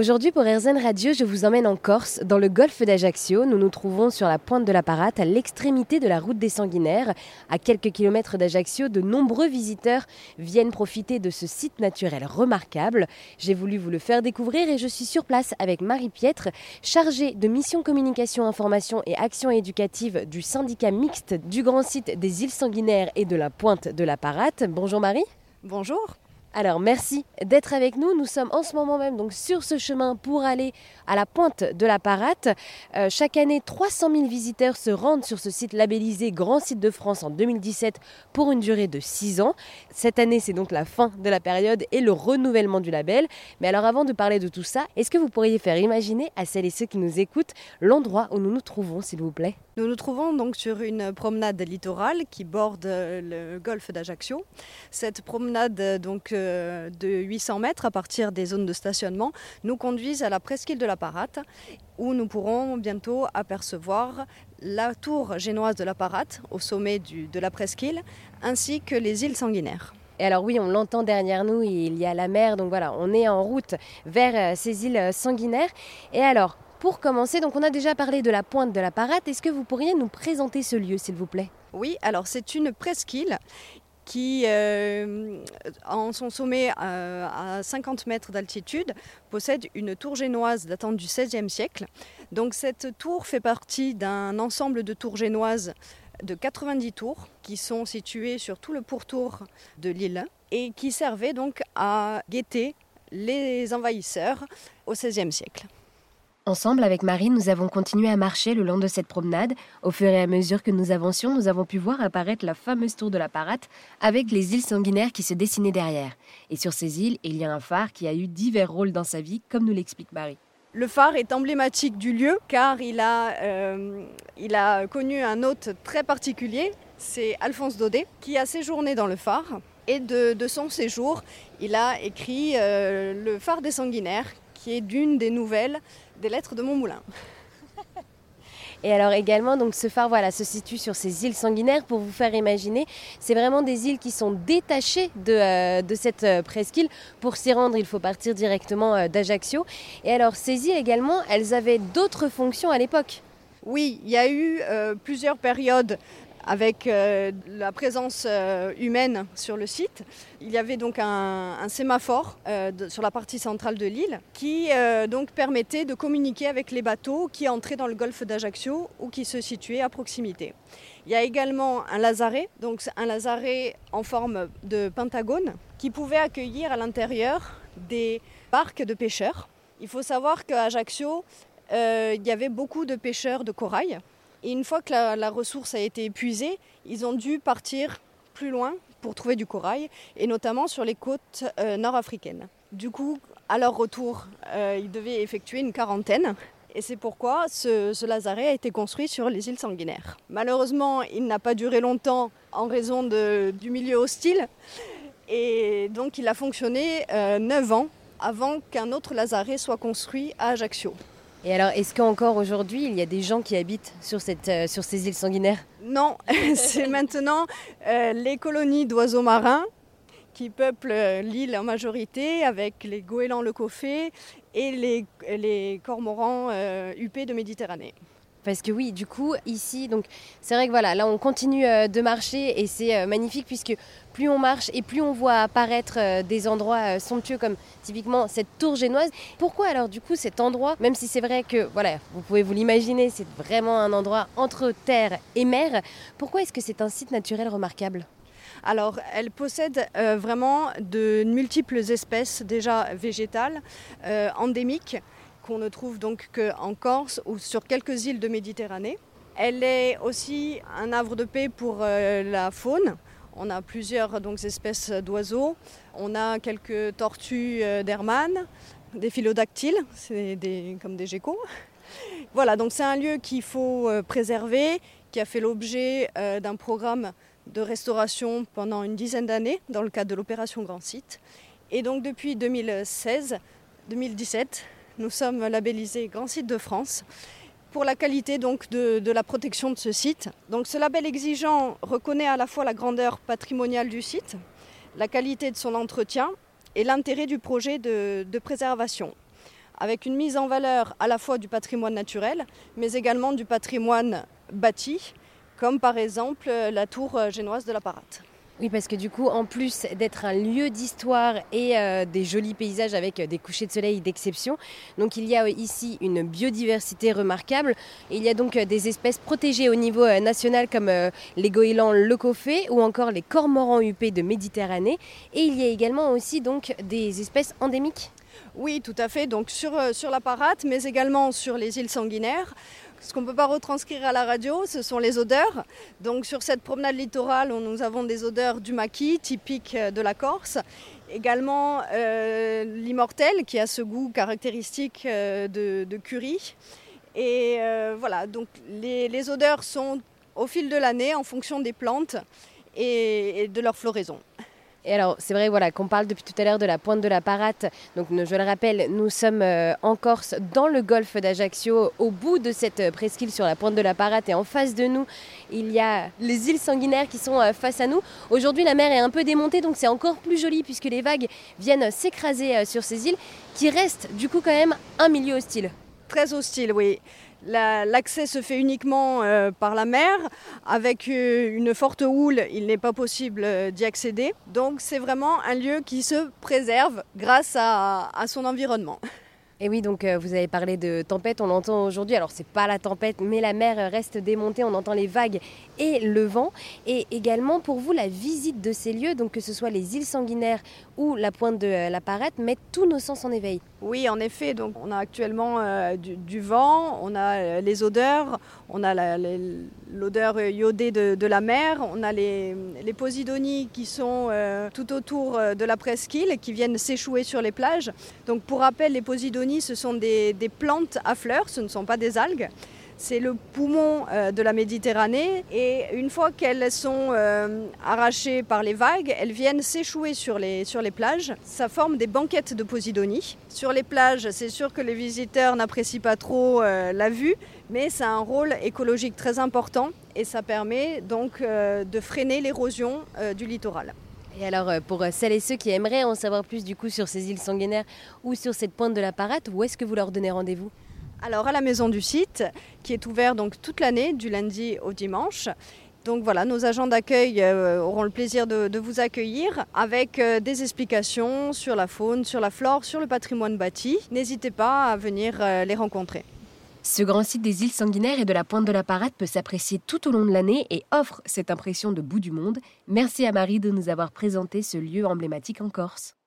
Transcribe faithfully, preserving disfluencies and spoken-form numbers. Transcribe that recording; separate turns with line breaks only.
Aujourd'hui pour R Z N Radio, je vous emmène en Corse, dans le golfe d'Ajaccio. Nous nous trouvons sur la pointe de la Parate, à l'extrémité de la route des Sanguinaires. À quelques kilomètres d'Ajaccio, de nombreux visiteurs viennent profiter de ce site naturel remarquable. J'ai voulu vous le faire découvrir et je suis sur place avec Marie Piètre, chargée de mission communication, information et action éducative du syndicat mixte du grand site des îles Sanguinaires et de la pointe de la Parate. Bonjour Marie.
Bonjour.
Alors merci d'être avec nous. Nous sommes en ce moment même donc sur ce chemin pour aller à la pointe de la Parate. Euh, chaque année, trois cent mille visiteurs se rendent sur ce site labellisé Grand Site de France en deux mille dix-sept pour une durée de six ans. Cette année, c'est donc la fin de la période et le renouvellement du label. Mais alors avant de parler de tout ça, est-ce que vous pourriez faire imaginer à celles et ceux qui nous écoutent l'endroit où nous nous trouvons, s'il vous plaît ?
Nous nous trouvons donc sur une promenade littorale qui borde le golfe d'Ajaccio. Cette promenade donc euh, de huit cents mètres à partir des zones de stationnement nous conduisent à la presqu'île de la Parate où nous pourrons bientôt apercevoir la tour génoise de la Parate au sommet du, de la presqu'île ainsi que les îles Sanguinaires.
Et alors oui, on l'entend derrière nous, il y a la mer, donc voilà, on est en route vers ces îles Sanguinaires. Et alors, pour commencer, donc on a déjà parlé de la pointe de la Parate. Est-ce que vous pourriez nous présenter ce lieu, s'il vous plaît ?
Oui, alors c'est une presqu'île qui, euh, en son sommet euh, à cinquante mètres d'altitude, possède une tour génoise datant du seizième siècle. Donc cette tour fait partie d'un ensemble de tours génoises de quatre-vingt-dix tours qui sont situées sur tout le pourtour de l'île et qui servaient donc à guetter les envahisseurs au seizième siècle.
Ensemble, avec Marie, nous avons continué à marcher le long de cette promenade. Au fur et à mesure que nous avancions, nous avons pu voir apparaître la fameuse tour de la Parate avec les îles Sanguinaires qui se dessinaient derrière. Et sur ces îles, il y a un phare qui a eu divers rôles dans sa vie, comme nous l'explique Marie.
Le phare est emblématique du lieu car il a, euh, il a connu un hôte très particulier, c'est Alphonse Daudet, qui a séjourné dans le phare. Et de, de son séjour, il a écrit euh, le phare des Sanguinaires, qui est d'une des nouvelles des lettres de Montmoulin.
Et alors également, donc ce phare voilà, se situe sur ces îles Sanguinaires. Pour vous faire imaginer, c'est vraiment des îles qui sont détachées de, euh, de cette euh, presqu'île. Pour s'y rendre, il faut partir directement euh, d'Ajaccio. Et alors ces îles également, elles avaient d'autres fonctions à l'époque.
Oui, il y a eu euh, plusieurs périodes avec euh, la présence euh, humaine sur le site. Il y avait donc un, un sémaphore euh, de, sur la partie centrale de l'île qui euh, donc permettait de communiquer avec les bateaux qui entraient dans le golfe d'Ajaccio ou qui se situaient à proximité. Il y a également un lazaret, donc un lazaret en forme de pentagone qui pouvait accueillir à l'intérieur des barques de pêcheurs. Il faut savoir qu'à Ajaccio, euh, il y avait beaucoup de pêcheurs de corail. Et une fois que la, la ressource a été épuisée, ils ont dû partir plus loin pour trouver du corail, et notamment sur les côtes euh, nord-africaines. Du coup, à leur retour, euh, ils devaient effectuer une quarantaine, et c'est pourquoi ce, ce lazaret a été construit sur les îles Sanguinaires. Malheureusement, il n'a pas duré longtemps en raison de, du milieu hostile, et donc il a fonctionné euh, neuf ans avant qu'un autre lazaret soit construit à Ajaccio.
Et alors, est-ce qu'encore aujourd'hui, il y a des gens qui habitent sur, cette, euh, sur ces îles Sanguinaires ?
Non, c'est maintenant euh, les colonies d'oiseaux marins qui peuplent l'île en majorité avec les goélands leucophées et les, les cormorans euh, huppés de Méditerranée.
Parce que oui, du coup, ici, donc c'est vrai que voilà, là on continue euh, de marcher et c'est euh, magnifique puisque plus on marche et plus on voit apparaître euh, des endroits euh, somptueux comme typiquement cette tour génoise. Pourquoi alors du coup cet endroit, même si c'est vrai que, voilà, vous pouvez vous l'imaginer, c'est vraiment un endroit entre terre et mer, pourquoi est-ce que c'est un site naturel remarquable ?
Alors, elle possède euh, vraiment de multiples espèces déjà végétales, euh, endémiques, qu'on ne trouve donc qu'en Corse ou sur quelques îles de Méditerranée. Elle est aussi un havre de paix pour euh, la faune. On a plusieurs donc, espèces d'oiseaux. On a quelques tortues euh, d'Hermann, des philodactyles, c'est des, comme des geckos. Voilà, donc c'est un lieu qu'il faut euh, préserver, qui a fait l'objet euh, d'un programme de restauration pendant une dizaine d'années dans le cadre de l'opération Grand Site. Et donc depuis deux mille seize deux mille dix-sept, nous sommes labellisés Grand Site de France pour la qualité donc de, de la protection de ce site. Donc ce label exigeant reconnaît à la fois la grandeur patrimoniale du site, la qualité de son entretien et l'intérêt du projet de, de préservation. avec une mise en valeur à la fois du patrimoine naturel, mais également du patrimoine bâti, comme par exemple la tour génoise de la Parate.
Oui, parce que du coup, en plus d'être un lieu d'histoire et euh, des jolis paysages avec des couchers de soleil d'exception, donc il y a ici une biodiversité remarquable. Et il y a donc des espèces protégées au niveau euh, national comme euh, les goélands leucophées ou encore les cormorans huppés de Méditerranée. Et il y a également aussi donc des espèces endémiques.
Oui, tout à fait. Donc sur, sur la Parate, mais également sur les îles sanguinaires. Ce qu'on ne peut pas retranscrire à la radio, ce sont les odeurs. Donc sur cette promenade littorale, nous avons des odeurs du maquis, typique de la Corse. Également euh, l'immortel, qui a ce goût caractéristique euh, de, de curry. Et euh, voilà, donc les, les odeurs sont au fil de l'année en fonction des plantes et, et de leur floraison.
Et alors, c'est vrai voilà, qu'on parle depuis tout à l'heure de la pointe de la Parate. Donc, je le rappelle, nous sommes euh, en Corse, dans le golfe d'Ajaccio, au bout de cette presqu'île sur la pointe de la Parate. Et en face de nous, il y a les îles sanguinaires qui sont euh, face à nous. Aujourd'hui, la mer est un peu démontée, donc c'est encore plus joli puisque les vagues viennent s'écraser euh, sur ces îles, qui restent du coup quand même un milieu hostile.
Très hostile, oui. La, l'accès se fait uniquement euh, par la mer. Avec euh, une forte houle, il n'est pas possible euh, d'y accéder. Donc c'est vraiment un lieu qui se préserve grâce à, à son environnement.
Et oui, donc euh, vous avez parlé de tempête, on l'entend aujourd'hui. Alors c'est pas la tempête, mais la mer reste démontée, on entend les vagues et le vent. Et également pour vous, la visite de ces lieux, donc que ce soit les îles sanguinaires ou la pointe de euh, la Parate, met tous nos sens en éveil.
Oui, en effet, donc on a actuellement euh, du, du vent, on a euh, les odeurs, on a la, les, l'odeur iodée de, de la mer, on a les, les posidonies qui sont euh, tout autour de la presqu'île et qui viennent s'échouer sur les plages. Donc pour rappel, les posidonies, ce sont des, des plantes à fleurs, ce ne sont pas des algues. C'est le poumon euh, de la Méditerranée et une fois qu'elles sont euh, arrachées par les vagues, elles viennent s'échouer sur les, sur les plages. Ça forme des banquettes de posidonie. Sur les plages, c'est sûr que les visiteurs n'apprécient pas trop euh, la vue, mais ça a un rôle écologique très important et ça permet donc euh, de freiner l'érosion euh, du littoral.
Et alors, pour celles et ceux qui aimeraient en savoir plus du coup sur ces îles sanguinaires ou sur cette pointe de la Parate, où est-ce que vous leur donnez rendez-vous ?
Alors à la maison du site, qui est ouvert donc toute l'année, du lundi au dimanche. Donc voilà, nos agents d'accueil euh, auront le plaisir de, de vous accueillir avec euh, des explications sur la faune, sur la flore, sur le patrimoine bâti. N'hésitez pas à venir euh, les rencontrer.
Ce grand site des îles sanguinaires et de la pointe de la Parate peut s'apprécier tout au long de l'année et offre cette impression de bout du monde. Merci à Marie de nous avoir présenté ce lieu emblématique en Corse.